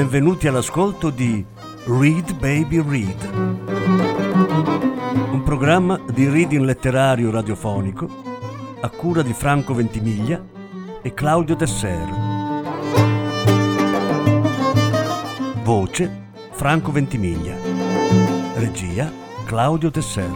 Benvenuti all'ascolto di Read Baby Read, un programma di reading letterario radiofonico a cura di Franco Ventimiglia e Claudio Desser. Voce Franco Ventimiglia. Regia Claudio Desser.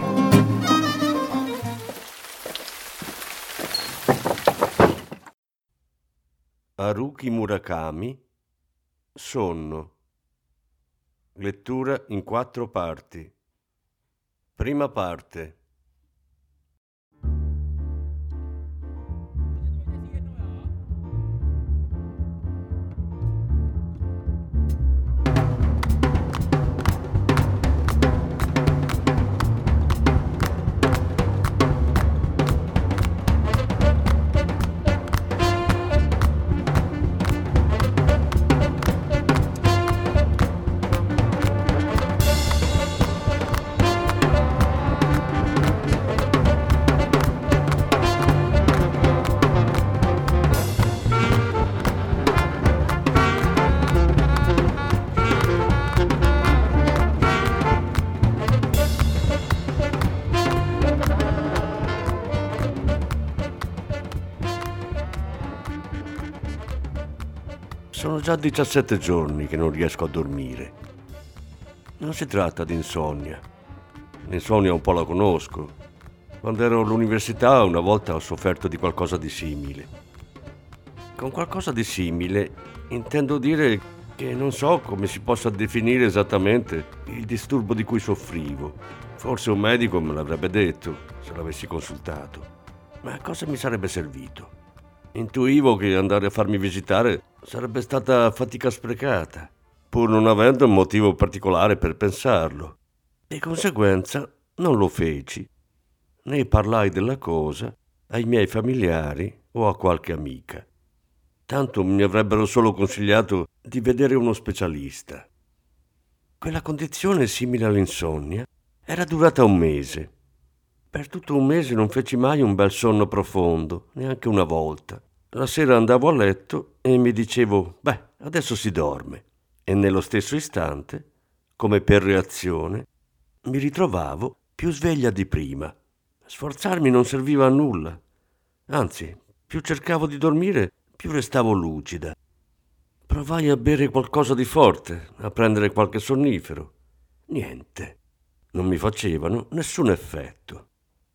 Haruki Murakami, Sonno. Lettura in 4 parti. Prima parte. Sono già 17 giorni che non riesco a dormire. Non si tratta di insonnia. L'insonnia un po' la conosco. Quando ero all'università una volta ho sofferto di qualcosa di simile. Con qualcosa di simile intendo dire che non so come si possa definire esattamente il disturbo di cui soffrivo. Forse un medico me l'avrebbe detto se l'avessi consultato. Ma a cosa mi sarebbe servito? Intuivo che andare a farmi visitare sarebbe stata fatica sprecata, pur non avendo un motivo particolare per pensarlo. Di conseguenza non lo feci, né parlai della cosa ai miei familiari o a qualche amica. Tanto mi avrebbero solo consigliato di vedere uno specialista. Quella condizione simile all'insonnia era durata un mese. Per tutto un mese non feci mai un bel sonno profondo, neanche una volta. La sera andavo a letto e mi dicevo, adesso si dorme. E nello stesso istante, come per reazione, mi ritrovavo più sveglia di prima. Sforzarmi non serviva a nulla. Anzi, più cercavo di dormire, più restavo lucida. Provai a bere qualcosa di forte, a prendere qualche sonnifero. Niente. Non mi facevano nessun effetto.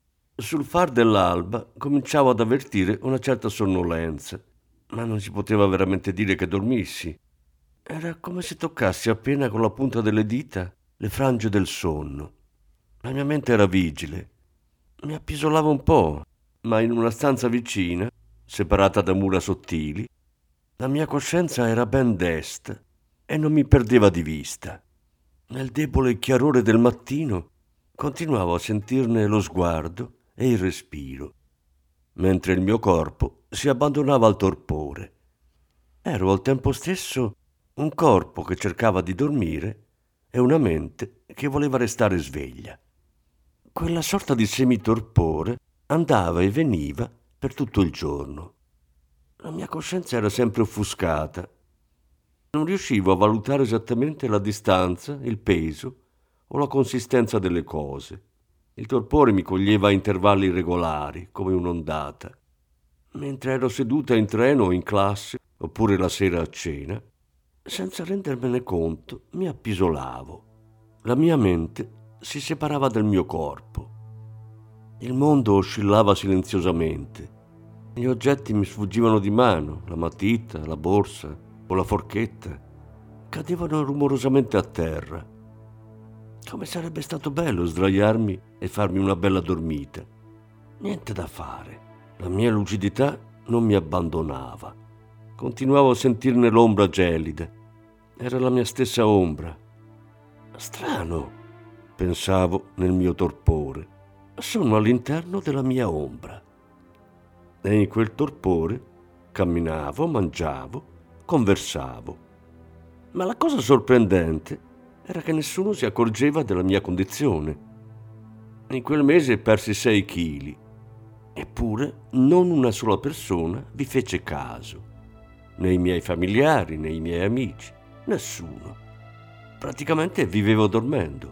Sul far dell'alba cominciavo ad avvertire una certa sonnolenza, ma non si poteva veramente dire che dormissi. Era come se toccassi appena con la punta delle dita le frange del sonno. La mia mente era vigile. Mi appisolava un po', ma in una stanza vicina, separata da mura sottili, la mia coscienza era ben desta e non mi perdeva di vista. Nel debole chiarore del mattino continuavo a sentirne lo sguardo e il respiro, mentre il mio corpo si abbandonava al torpore. Ero al tempo stesso un corpo che cercava di dormire e una mente che voleva restare sveglia. Quella sorta di semitorpore andava e veniva per tutto il giorno. La mia coscienza era sempre offuscata. Non riuscivo a valutare esattamente la distanza, il peso o la consistenza delle cose. Il torpore mi coglieva a intervalli irregolari, come un'ondata. Mentre ero seduta in treno o in classe, oppure la sera a cena, senza rendermene conto, mi appisolavo. La mia mente si separava dal mio corpo. Il mondo oscillava silenziosamente. Gli oggetti mi sfuggivano di mano, la matita, la borsa o la forchetta. Cadevano rumorosamente a terra. Come sarebbe stato bello sdraiarmi e farmi una bella dormita. Niente da fare. La mia lucidità non mi abbandonava. Continuavo a sentirne l'ombra gelida. Era la mia stessa ombra. Strano, pensavo nel mio torpore. Sono all'interno della mia ombra. E in quel torpore camminavo, mangiavo, conversavo. Ma la cosa sorprendente era che nessuno si accorgeva della mia condizione. In quel mese persi 6 chili. Eppure non una sola persona vi fece caso. Né i miei familiari, né i miei amici, Nessuno. Praticamente vivevo dormendo.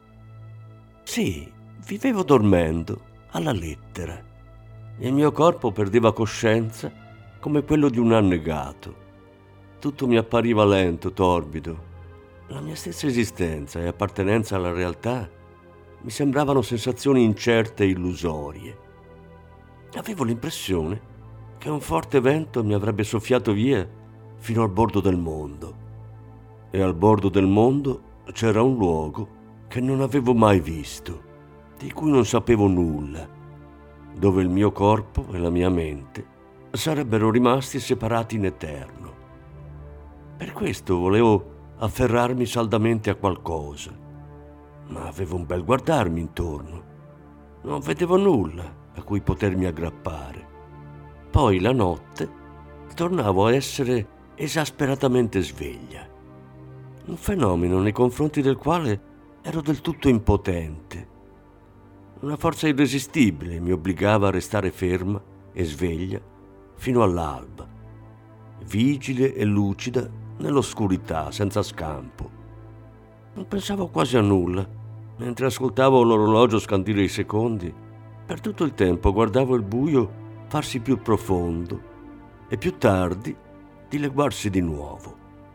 Sì, vivevo dormendo, alla lettera. Il mio corpo perdeva coscienza come quello di un annegato. Tutto mi appariva lento, torbido. La mia stessa esistenza e appartenenza alla realtà mi sembravano sensazioni incerte e illusorie. Avevo l'impressione che un forte vento mi avrebbe soffiato via fino al bordo del mondo. E al bordo del mondo c'era un luogo che non avevo mai visto, di cui non sapevo nulla, dove il mio corpo e la mia mente sarebbero rimasti separati in eterno. Per questo volevo afferrarmi saldamente a qualcosa, ma avevo un bel guardarmi intorno. Non vedevo nulla a cui potermi aggrappare. Poi la notte tornavo a essere esasperatamente sveglia. Un fenomeno nei confronti del quale ero del tutto impotente. Una forza irresistibile mi obbligava a restare ferma e sveglia fino all'alba, vigile e lucida nell'oscurità, senza scampo. Non pensavo quasi a nulla. Mentre ascoltavo l'orologio scandire i secondi, per tutto il tempo guardavo il buio farsi più profondo e più tardi dileguarsi di nuovo.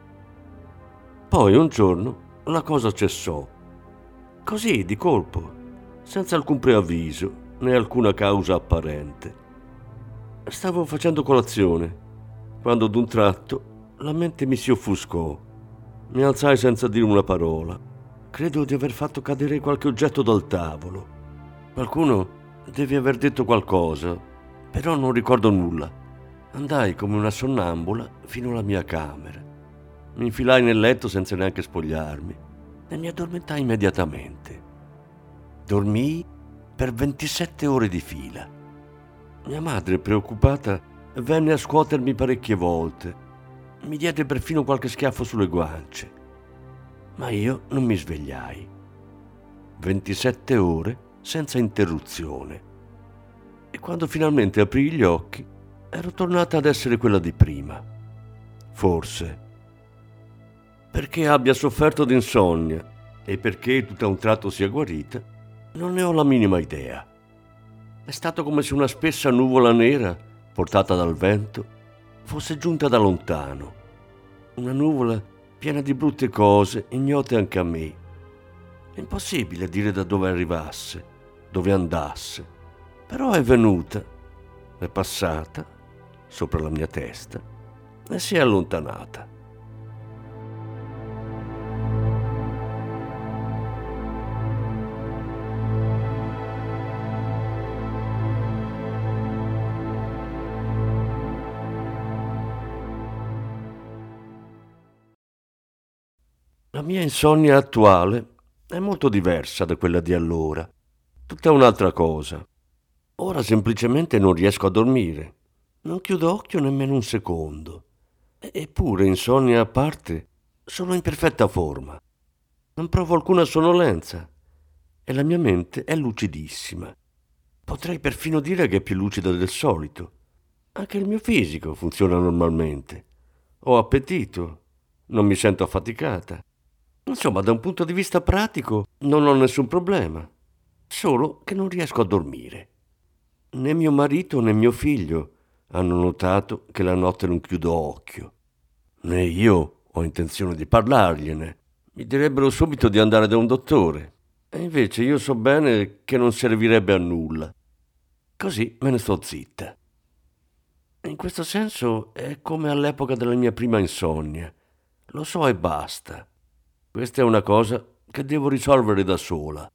Poi un giorno la cosa cessò, così di colpo, senza alcun preavviso né alcuna causa apparente. Stavo facendo colazione, quando d'un tratto la mente mi si offuscò. Mi alzai senza dire una parola. Credo di aver fatto cadere qualche oggetto dal tavolo. Qualcuno deve aver detto qualcosa, però non ricordo nulla. Andai come una sonnambula fino alla mia camera. Mi infilai nel letto senza neanche spogliarmi e mi addormentai immediatamente. Dormii per 27 ore di fila. Mia madre, preoccupata, venne a scuotermi parecchie volte. Mi diede perfino qualche schiaffo sulle guance. Ma io non mi svegliai. 27 ore senza interruzione. E quando finalmente aprii gli occhi, ero tornata ad essere quella di prima. Forse perché abbia sofferto d'insonnia e perché tutto a un tratto sia guarita, non ne ho la minima idea. È stato come se una spessa nuvola nera, portata dal vento, fosse giunta da lontano. Una nuvola piena di brutte cose, ignote anche a me. È impossibile dire da dove arrivasse, dove andasse. Però è venuta, è passata, sopra la mia testa, e si è allontanata. La mia insonnia attuale è molto diversa da quella di allora. Tutta un'altra cosa. Ora semplicemente non riesco a dormire. Non chiudo occhio nemmeno un secondo. Eppure, insonnia a parte, sono in perfetta forma. Non provo alcuna sonnolenza e la mia mente è lucidissima. Potrei perfino dire che è più lucida del solito. Anche il mio fisico funziona normalmente. Ho appetito, non mi sento affaticata. Insomma, da un punto di vista pratico non ho nessun problema, solo che non riesco a dormire. Né mio marito né mio figlio hanno notato che la notte non chiudo occhio, né io ho intenzione di parlargliene. Mi direbbero subito di andare da un dottore, e invece io so bene che non servirebbe a nulla. Così me ne sto zitta. In questo senso è come all'epoca della mia prima insonnia. Lo so e basta. Questa è una cosa che devo risolvere da sola.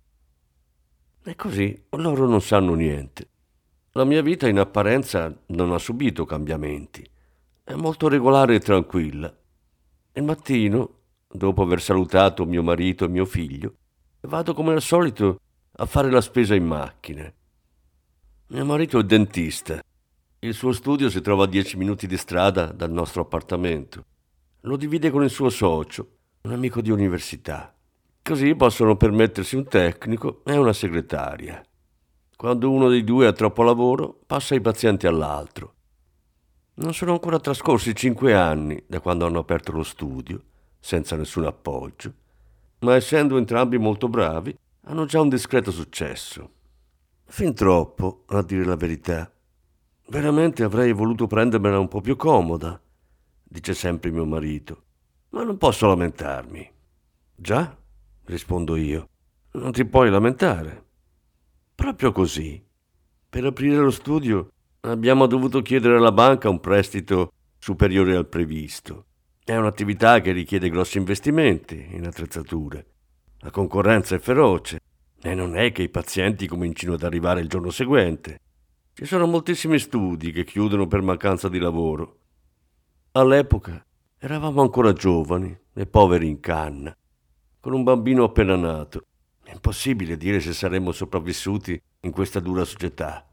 E così loro non sanno niente. La mia vita in apparenza non ha subito cambiamenti. È molto regolare e tranquilla. Il mattino, dopo aver salutato mio marito e mio figlio, vado come al solito a fare la spesa in macchina. Mio marito è dentista. Il suo studio si trova a 10 minuti di strada dal nostro appartamento. Lo divide con il suo socio, un amico di università. Così possono permettersi un tecnico e una segretaria. Quando uno dei due ha troppo lavoro, passa i pazienti all'altro. Non sono ancora trascorsi 5 anni da quando hanno aperto lo studio senza nessun appoggio, ma essendo entrambi molto bravi, hanno già un discreto successo. Fin troppo, a dire la verità. Veramente avrei voluto prendermela un po' più comoda, dice sempre mio marito, ma non posso lamentarmi. Già, rispondo io, non ti puoi lamentare. Proprio così. Per aprire lo studio abbiamo dovuto chiedere alla banca un prestito superiore al previsto. È un'attività che richiede grossi investimenti in attrezzature. La concorrenza è feroce e non è che i pazienti comincino ad arrivare il giorno seguente. Ci sono moltissimi studi che chiudono per mancanza di lavoro. All'epoca eravamo ancora giovani e poveri in canna, con un bambino appena nato. È impossibile dire se saremmo sopravvissuti in questa dura società.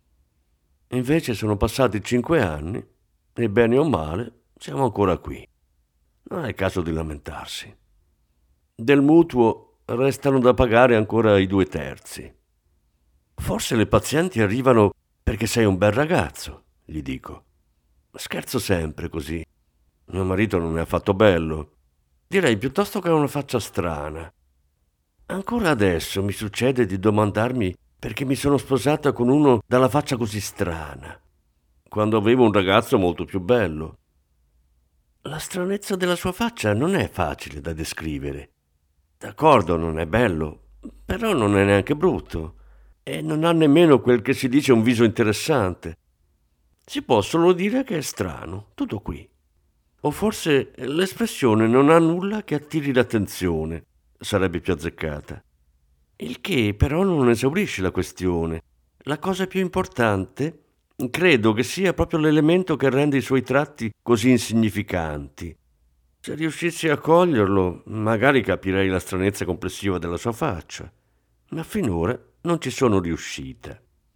Invece sono passati 5 anni e bene o male siamo ancora qui. Non è il caso di lamentarsi. Del mutuo restano da pagare ancora i 2/3. Forse le pazienti arrivano perché sei un bel ragazzo, gli dico. Scherzo sempre così. Mio marito non è affatto bello. Direi piuttosto che ha una faccia strana. Ancora adesso mi succede di domandarmi perché mi sono sposata con uno dalla faccia così strana, quando avevo un ragazzo molto più bello. La stranezza della sua faccia non è facile da descrivere. D'accordo, non è bello, però non è neanche brutto e non ha nemmeno quel che si dice un viso interessante. Si può solo dire che è strano, tutto qui. O forse l'espressione non ha nulla che attiri l'attenzione, sarebbe più azzeccata. Il che però non esaurisce la questione. La cosa più importante credo che sia proprio l'elemento che rende i suoi tratti così insignificanti. Se riuscissi a coglierlo, magari capirei la stranezza complessiva della sua faccia, ma finora non ci sono riuscita.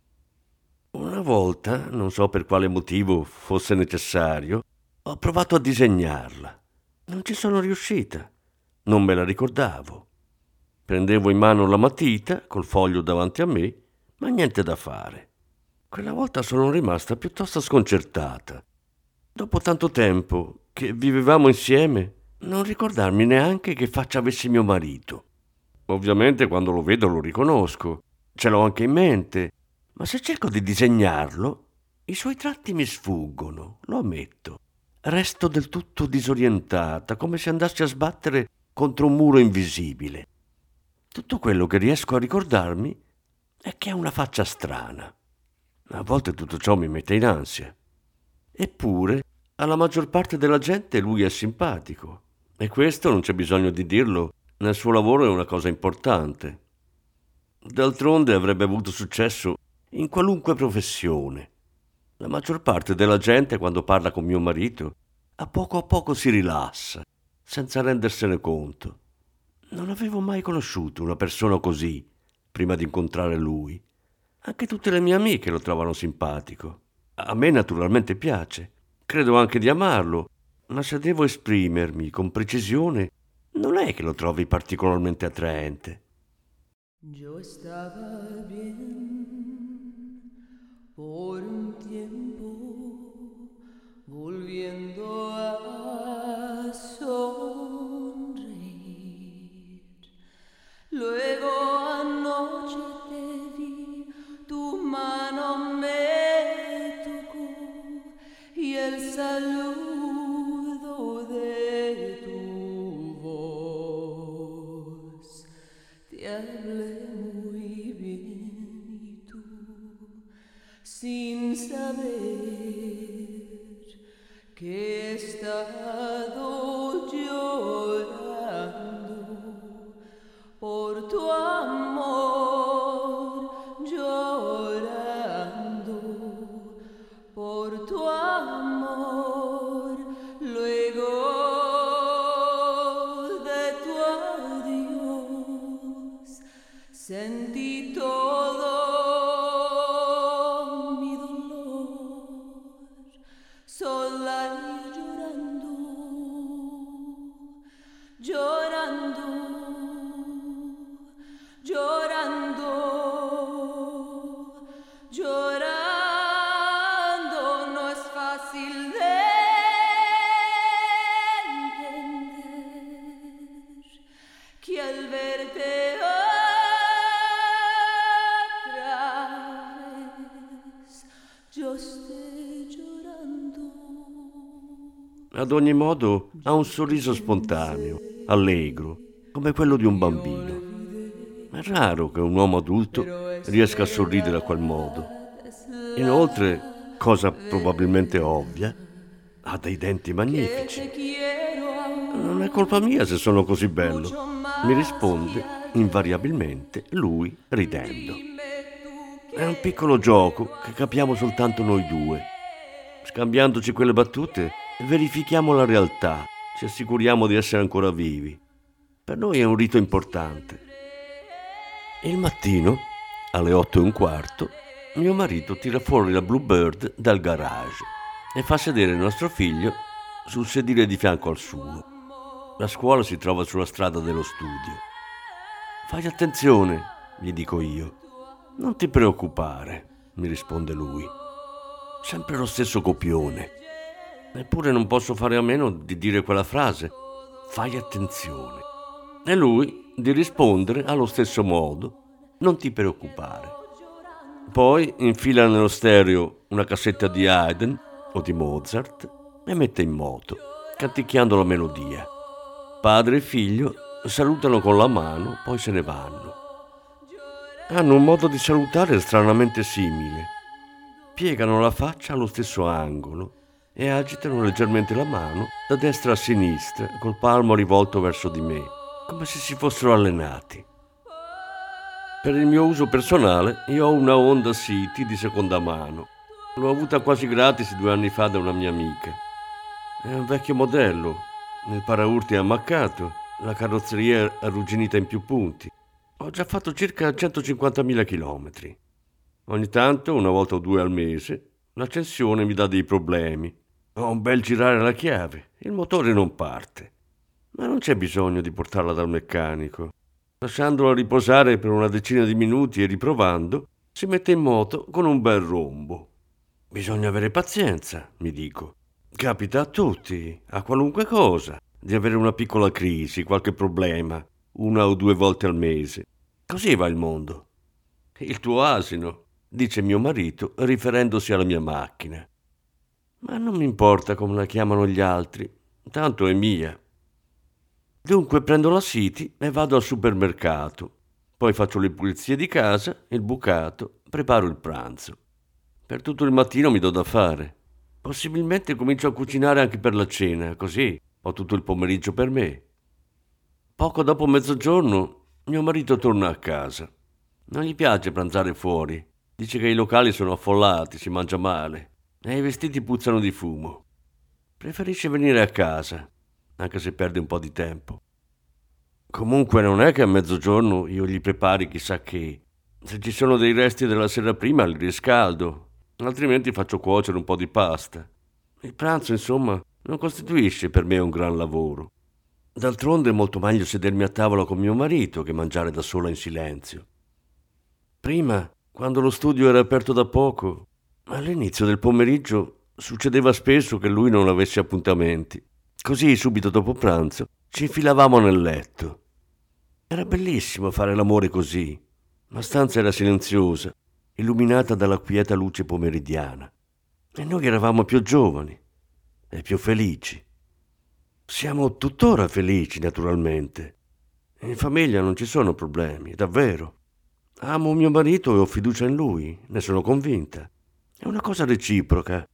Una volta, non so per quale motivo fosse necessario, ho provato a disegnarla. Non ci sono riuscita. Non me la ricordavo. Prendevo in mano la matita, col foglio davanti a me, ma niente da fare. Quella volta sono rimasta piuttosto sconcertata. Dopo tanto tempo che vivevamo insieme, non ricordarmi neanche che faccia avesse mio marito. Ovviamente quando lo vedo lo riconosco, ce l'ho anche in mente, ma se cerco di disegnarlo, i suoi tratti mi sfuggono, lo ammetto. Resto del tutto disorientata, come se andassi a sbattere contro un muro invisibile. Tutto quello che riesco a ricordarmi è che ha una faccia strana. A volte tutto ciò mi mette in ansia. Eppure, alla maggior parte della gente lui è simpatico. E questo, non c'è bisogno di dirlo, nel suo lavoro è una cosa importante. D'altronde avrebbe avuto successo in qualunque professione. La maggior parte della gente, quando parla con mio marito, a poco si rilassa, senza rendersene conto. Non avevo mai conosciuto una persona così, prima di incontrare lui. Anche tutte le mie amiche lo trovano simpatico. A me naturalmente piace. Credo anche di amarlo, ma se devo esprimermi con precisione, non è che lo trovi particolarmente attraente. Yo estaba bien por un tiempo, volviendo a sonreír. Luego anoche te vi, tu mano me tocó y el saludo de tu voz. Te hablé muy bien y tú, sin saber que he estado llorando por tu amor, llorando por tu amor. Luego de tu adiós sentí todo mi dolor, sola y llorando, llorando, llorando, no es fácil de entender verte otra vez. Yo estoy llorando. Ad ogni modo ha un sorriso spontaneo, allegro, come quello di un bambino. È raro che un uomo adulto riesca a sorridere a quel modo. Inoltre, cosa probabilmente ovvia, ha dei denti magnifici. Non è colpa mia se sono così bello, mi risponde invariabilmente lui ridendo. È un piccolo gioco che capiamo soltanto noi due. Scambiandoci quelle battute, verifichiamo la realtà, ci assicuriamo di essere ancora vivi. Per noi è un rito importante. Il mattino, alle 8:15, mio marito tira fuori la Bluebird dal garage e fa sedere il nostro figlio sul sedile di fianco al suo. La scuola si trova sulla strada dello studio. Fai attenzione, gli dico io. Non ti preoccupare, mi risponde lui. Sempre lo stesso copione. Eppure non posso fare a meno di dire quella frase. Fai attenzione. E lui di rispondere allo stesso modo. Non ti preoccupare. Poi infila nello stereo una cassetta di Haydn o di Mozart e mette in moto, canticchiando la melodia. Padre e figlio salutano con la mano, poi se ne vanno. Hanno un modo di salutare stranamente simile. Piegano la faccia allo stesso angolo e agitano leggermente la mano da destra a sinistra col palmo rivolto verso di me, come se si fossero allenati. Per il mio uso personale io ho una Honda City di seconda mano. L'ho avuta quasi gratis 2 anni fa da una mia amica. È un vecchio modello, il paraurti è ammaccato, la carrozzeria è arrugginita in più punti. Ho già fatto circa 150.000 chilometri. Ogni tanto, una volta o 2 al mese, l'accensione mi dà dei problemi. Ho un bel girare alla chiave, il motore non parte. Ma non c'è bisogno di portarla dal meccanico. Lasciandola riposare per una decina di minuti e riprovando, si mette in moto con un bel rombo. Bisogna avere pazienza, mi dico. Capita a tutti, a qualunque cosa, di avere una piccola crisi, qualche problema, 1 o 2 volte al mese. Così va il mondo. Il tuo asino, dice mio marito, riferendosi alla mia macchina. Ma non mi importa come la chiamano gli altri, tanto è mia. Dunque prendo la City e vado al supermercato. Poi faccio le pulizie di casa, il bucato, preparo il pranzo. Per tutto il mattino mi do da fare. Possibilmente comincio a cucinare anche per la cena, così ho tutto il pomeriggio per me. Poco dopo mezzogiorno mio marito torna a casa. Non gli piace pranzare fuori. Dice che i locali sono affollati, si mangia male e i vestiti puzzano di fumo. Preferisce venire a casa, anche se perde un po' di tempo. Comunque non è che a mezzogiorno io gli prepari chissà che. Se ci sono dei resti della sera prima li riscaldo, altrimenti faccio cuocere un po' di pasta. Il pranzo, insomma, non costituisce per me un gran lavoro. D'altronde è molto meglio sedermi a tavola con mio marito che mangiare da sola in silenzio. Prima, quando lo studio era aperto da poco, all'inizio del pomeriggio succedeva spesso che lui non avesse appuntamenti. Così, subito dopo pranzo, ci infilavamo nel letto. Era bellissimo fare l'amore così. La stanza era silenziosa, illuminata dalla quieta luce pomeridiana. E noi eravamo più giovani e più felici. Siamo tuttora felici, naturalmente. In famiglia non ci sono problemi, davvero. Amo mio marito e ho fiducia in lui, ne sono convinta. È una cosa reciproca.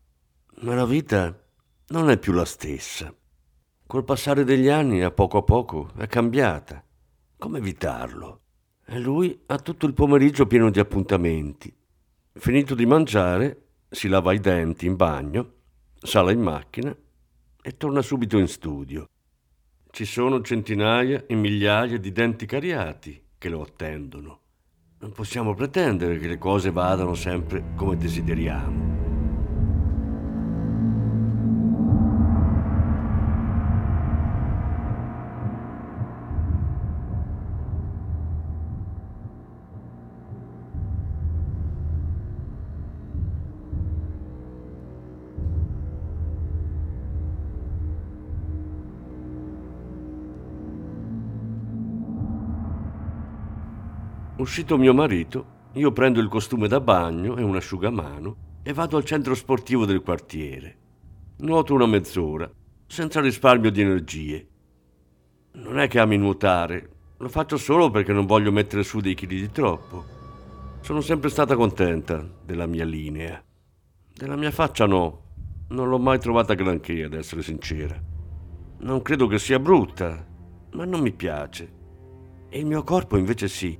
Ma la vita non è più la stessa. Col passare degli anni, a poco, è cambiata. Come evitarlo? E lui ha tutto il pomeriggio pieno di appuntamenti. Finito di mangiare, si lava i denti in bagno, sale in macchina e torna subito in studio. Ci sono centinaia e migliaia di denti cariati che lo attendono. Non possiamo pretendere che le cose vadano sempre come desideriamo. Uscito mio marito, io prendo il costume da bagno e un asciugamano e vado al centro sportivo del quartiere. Nuoto una mezz'ora, senza risparmio di energie. Non è che ami nuotare, lo faccio solo perché non voglio mettere su dei chili di troppo. Sono sempre stata contenta della mia linea. Della mia faccia no, non l'ho mai trovata granché, ad essere sincera. Non credo che sia brutta, ma non mi piace. E il mio corpo invece sì.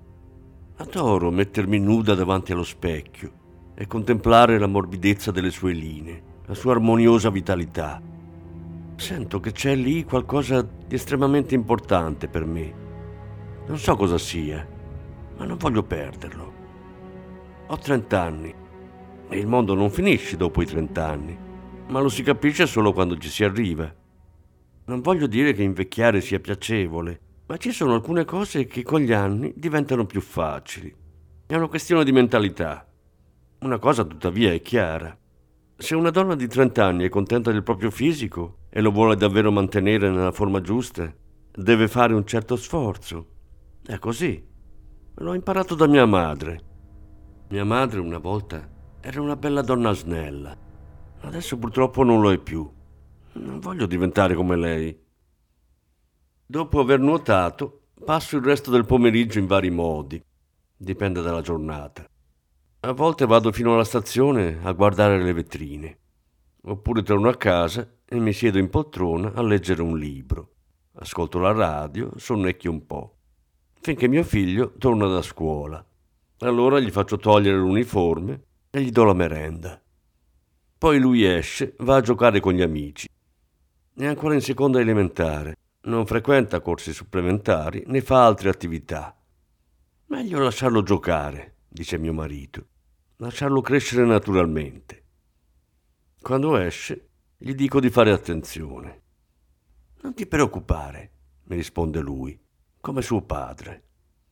Adoro mettermi nuda davanti allo specchio e contemplare la morbidezza delle sue linee, la sua armoniosa vitalità. Sento che c'è lì qualcosa di estremamente importante per me. Non so cosa sia, ma non voglio perderlo. Ho 30 anni e il mondo non finisce dopo i 30 anni, ma lo si capisce solo quando ci si arriva. Non voglio dire che invecchiare sia piacevole, ma ci sono alcune cose che con gli anni diventano più facili. È una questione di mentalità. Una cosa tuttavia è chiara. Se una donna di 30 anni è contenta del proprio fisico e lo vuole davvero mantenere nella forma giusta, deve fare un certo sforzo. È così. L'ho imparato da mia madre. Mia madre una volta era una bella donna snella. Adesso purtroppo non lo è più. Non voglio diventare come lei. Dopo aver nuotato, passo il resto del pomeriggio in vari modi. Dipende dalla giornata. A volte vado fino alla stazione a guardare le vetrine. Oppure torno a casa e mi siedo in poltrona a leggere un libro. Ascolto la radio, sonnecchio un po'. Finché mio figlio torna da scuola. Allora gli faccio togliere l'uniforme e gli do la merenda. Poi lui esce, va a giocare con gli amici. È ancora in seconda elementare. Non frequenta corsi supplementari né fa altre attività. Meglio lasciarlo giocare, dice mio marito. Lasciarlo crescere naturalmente. Quando esce, gli dico di fare attenzione. Non ti preoccupare, mi risponde lui, come suo padre.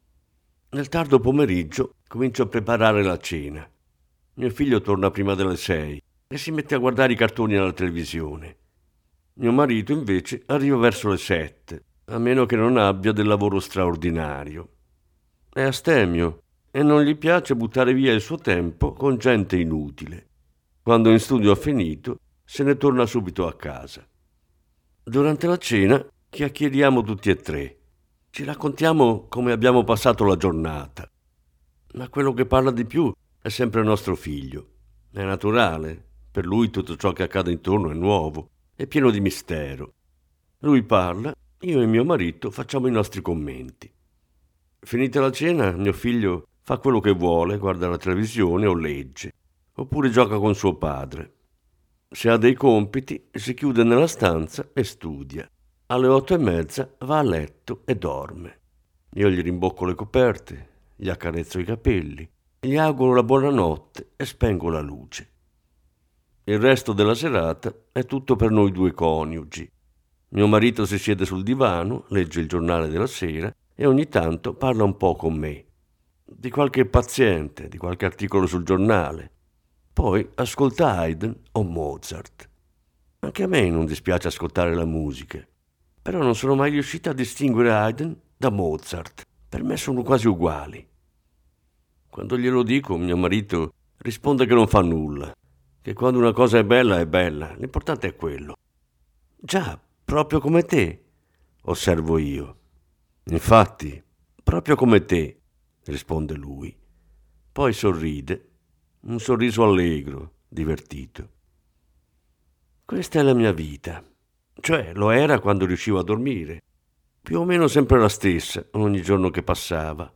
Nel tardo pomeriggio comincio a preparare la cena. Mio figlio torna prima delle 6 e si mette a guardare i cartoni alla televisione. Mio marito invece arriva verso le 7, a meno che non abbia del lavoro straordinario. È astemio e non gli piace buttare via il suo tempo con gente inutile. Quando in studio ha finito, se ne torna subito a casa. Durante la cena chiacchieriamo tutti e tre. Ci raccontiamo come abbiamo passato la giornata. Ma quello che parla di più è sempre nostro figlio. È naturale, per lui tutto ciò che accade intorno è nuovo. È pieno di mistero. Lui parla, io e mio marito facciamo i nostri commenti. Finita la cena, mio figlio fa quello che vuole, guarda la televisione o legge, oppure gioca con suo padre. Se ha dei compiti, si chiude nella stanza e studia. Alle 8:30 va a letto e dorme. Io gli rimbocco le coperte, gli accarezzo i capelli, gli auguro la buonanotte e spengo la luce. Il resto della serata è tutto per noi due coniugi. Mio marito si siede sul divano, legge il giornale della sera e ogni tanto parla un po' con me. Di qualche paziente, di qualche articolo sul giornale. Poi ascolta Haydn o Mozart. Anche a me non dispiace ascoltare la musica, però non sono mai riuscita a distinguere Haydn da Mozart. Per me sono quasi uguali. Quando glielo dico, mio marito risponde che non fa nulla. Che quando una cosa è bella, l'importante è quello. Già, proprio come te, osservo io. Infatti, proprio come te, risponde lui. Poi sorride, un sorriso allegro, divertito. Questa è la mia vita, cioè lo era quando riuscivo a dormire, più o meno sempre la stessa ogni giorno che passava.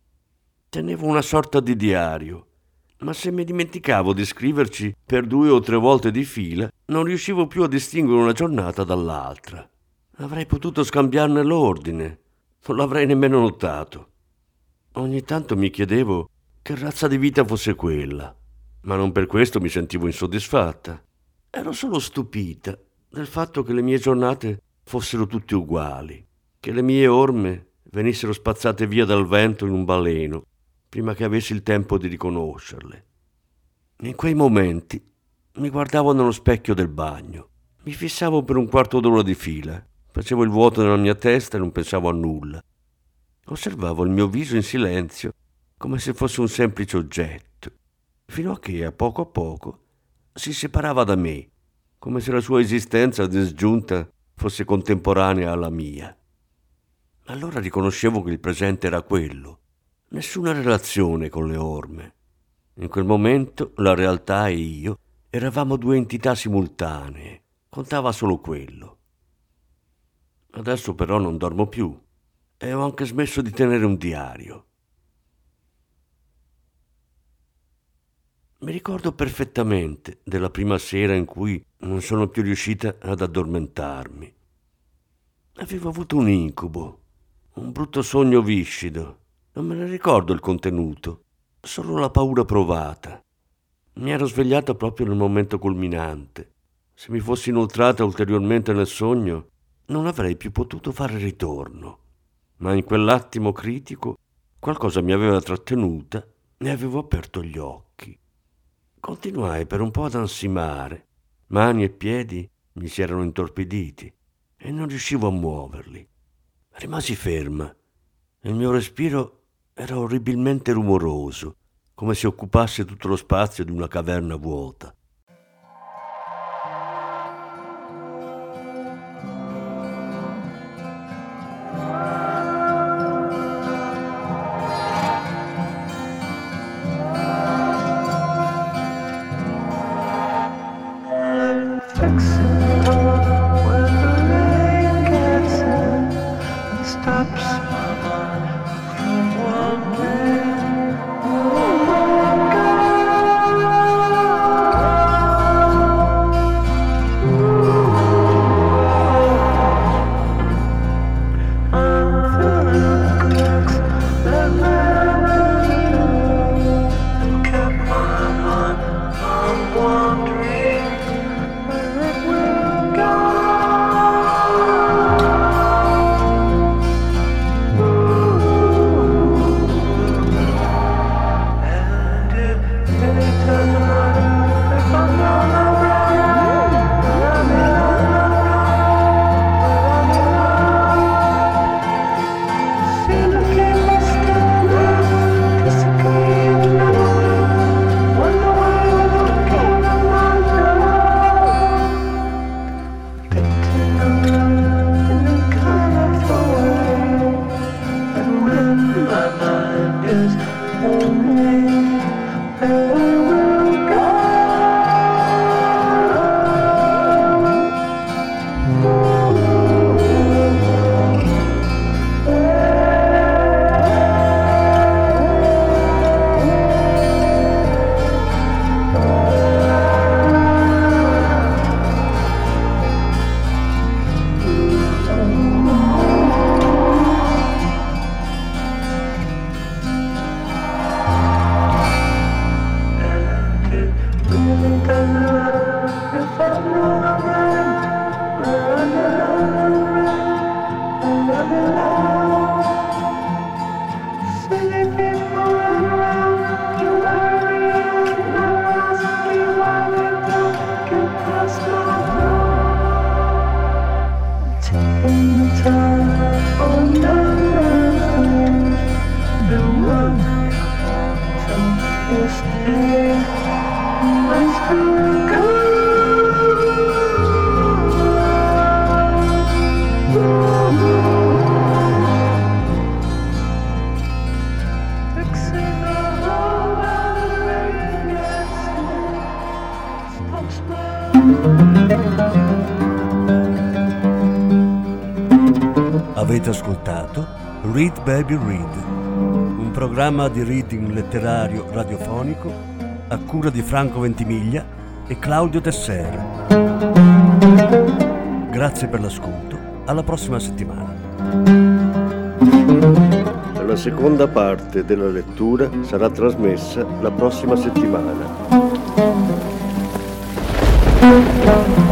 Tenevo una sorta di diario. Ma se mi dimenticavo di scriverci per 2 o 3 volte di fila, non riuscivo più a distinguere una giornata dall'altra. Avrei potuto scambiarne l'ordine, non l'avrei nemmeno notato. Ogni tanto mi chiedevo che razza di vita fosse quella, ma non per questo mi sentivo insoddisfatta. Ero solo stupita del fatto che le mie giornate fossero tutte uguali, che le mie orme venissero spazzate via dal vento in un baleno, prima che avessi il tempo di riconoscerle. In quei momenti mi guardavo nello specchio del bagno, mi fissavo per un quarto d'ora di fila, facevo il vuoto nella mia testa e non pensavo a nulla. Osservavo il mio viso in silenzio, come se fosse un semplice oggetto, fino a che, a poco, si separava da me, come se la sua esistenza disgiunta fosse contemporanea alla mia. Allora riconoscevo che il presente era quello, nessuna relazione con le orme. In quel momento la realtà e io eravamo due entità simultanee, contava solo quello. Adesso però non dormo più e ho anche smesso di tenere un diario. Mi ricordo perfettamente della prima sera in cui non sono più riuscita ad addormentarmi. Avevo avuto un incubo, un brutto sogno viscido. Non me ne ricordo il contenuto, solo la paura provata. Mi ero svegliato proprio nel momento culminante. Se mi fossi inoltrata ulteriormente nel sogno, non avrei più potuto fare ritorno. Ma in quell'attimo critico qualcosa mi aveva trattenuta e avevo aperto gli occhi. Continuai per un po' ad ansimare. Mani e piedi mi si erano intorpiditi e non riuscivo a muoverli. Rimasi ferma. Il mio respiro era orribilmente rumoroso, come se occupasse tutto lo spazio di una caverna vuota. Avete ascoltato Read Baby Read, un programma di reading letterario radiofonico a cura di Franco Ventimiglia e Claudio Tessera. Grazie per l'ascolto, alla prossima settimana. La seconda parte della lettura sarà trasmessa la prossima settimana.